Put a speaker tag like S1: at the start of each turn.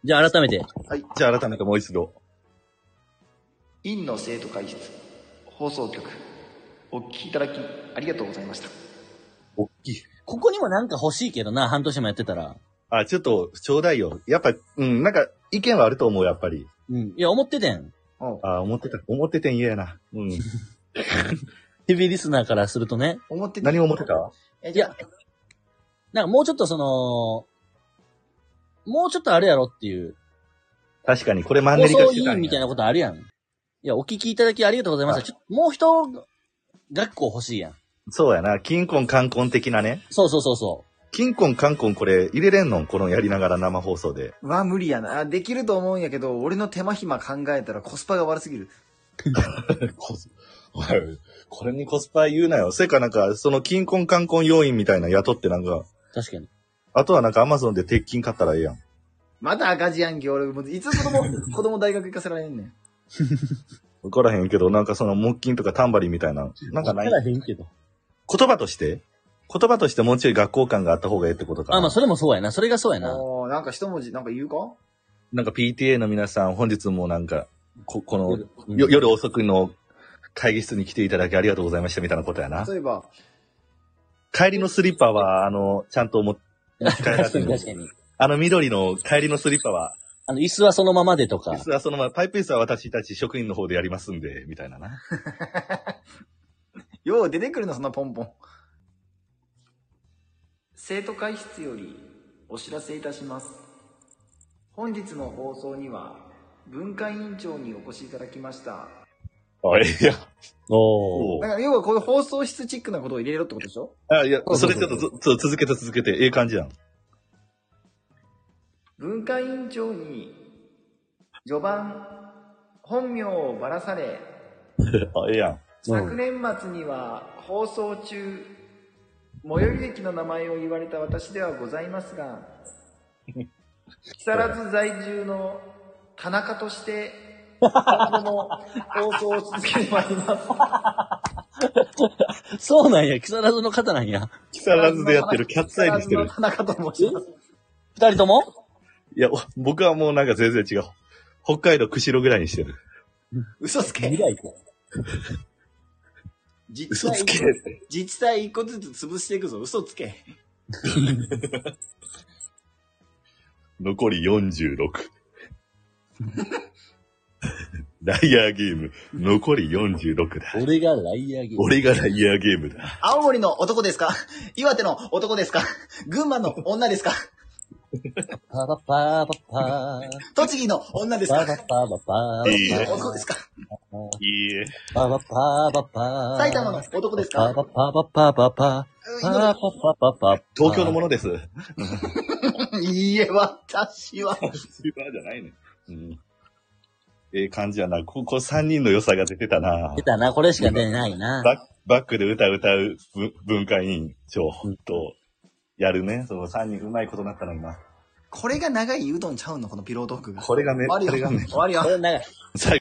S1: じゃあ改めて。
S2: はい。
S3: じゃあ改めてもう一度。
S2: 院の生徒会室放送局お聞きいただきありがとうございました。
S3: おっきい。
S1: ここにもなんか欲しいけどな、半年もやってたら。
S3: あ、ちょっと、ちょうだいよ。やっぱ、なんか、意見はあると思う、やっぱり。
S1: うん。いや、思っててん。
S3: あ、思っててん嫌やな。
S1: ヘビーリスナーからするとね。
S2: 思ってて。
S3: 何を思ってた？
S1: いや、なんかもうちょっともうちょっとあるやろっていう。
S3: 確かに、これマンネ
S1: 放
S3: リ化してたんや。
S1: 送いいみたいなことあるやん。いや、お聞きいただきありがとうございました。もう一学校欲しいやん。
S3: そうやな。金婚観婚的なね。
S1: そう。
S3: 金婚観婚これ入れれんの？このやりながら生放送で。
S2: 無理やな。できると思うんやけど、俺の手間暇考えたらコスパが悪すぎる。
S3: おい、これにコスパ言うなよ。せかなんか、その金婚観婚要員みたいな雇ってなんか、
S1: 確かに。
S3: あとはなんかアマゾンで鉄筋買ったらええやん。
S2: また赤字やんけ、俺。もういつ子供大学行かせられんねん。
S3: わからへんけど、なんかその木琴とかタンバリンみたいな。なんかない。
S1: わからへんけど。
S3: 言葉としてもうちょい学校感があった方がええってことかな。
S1: あ、まあそれもそうやな。それがそうやな。
S2: なんか一文字、なんか言うか？
S3: なんか PTA の皆さん、本日もなんか、この、
S1: うん
S3: 夜遅くの会議室に来ていただきありがとうございましたみたいなことやな。
S2: 例えば、
S3: 帰りのスリッパは、ちゃんと持ち帰ら
S1: 確か
S3: ずに。
S1: に確かに。
S3: 緑の帰りのスリッパは、
S1: 椅子はそのままでとか。
S3: 椅子はそのまま、パイプ椅子は私たち職員の方でやりますんで、みたいなな。
S2: よう出てくるの、そんなポンポン。生徒会室よりお知らせいたします。本日の放送には文化委員長にお越しいただきました。
S3: あ、いや。
S1: お
S2: だから要はこういう放送室チックなことを入れろってことでしょ？
S3: あ、いや、それちょっと続けて、ええ感じやん。
S2: 文化委員長に序盤本名をばらされ、
S3: あ、ええやん。
S2: 昨年末には放送中最寄り駅の名前を言われた私ではございますが、木更津在住の田中として今後も放送を続けてまいります。
S1: そうなんや。木更津の方なんや。
S3: 木更津でやってるキャッツアイにしてる。
S2: 木更津の田中と申します。
S1: 二人とも？
S3: いや、僕はもうなんか全然違う。北海道釧路ぐらいにしてる。
S2: 嘘つけ。
S1: 未来か。
S3: 嘘つけ。
S2: 自治体一個ずつ潰していくぞ。嘘つけ。
S3: 残り46。ライアーゲーム、残り46だ。
S1: 俺がライアーゲーム。
S3: 俺がライアーゲームだ。
S2: 青森の男ですか？岩手の男ですか？群馬の女ですか？
S1: パパパパパ
S2: 栃木の女ですか？
S1: パパパパ
S3: いいえ
S2: 男ですか？
S3: いいえ。
S1: パパパパパ
S2: 埼玉の男ですか？
S1: パパパパパパパパパパ
S3: 東京のものです。
S2: いいえ、私は。
S3: スーパーじゃないね。ええ感じやな。ここ3人の良さが出てたな。
S1: 出たな、これしか出ないな。
S3: バックで歌う文化委員長とやるね。その3人うまいことなったな、今。
S2: これが長いうどんちゃうのこのピロートークが。
S3: これがね、
S2: 終わりよ。
S3: これがね。
S2: 終わりよ。
S1: これ長い。
S3: 最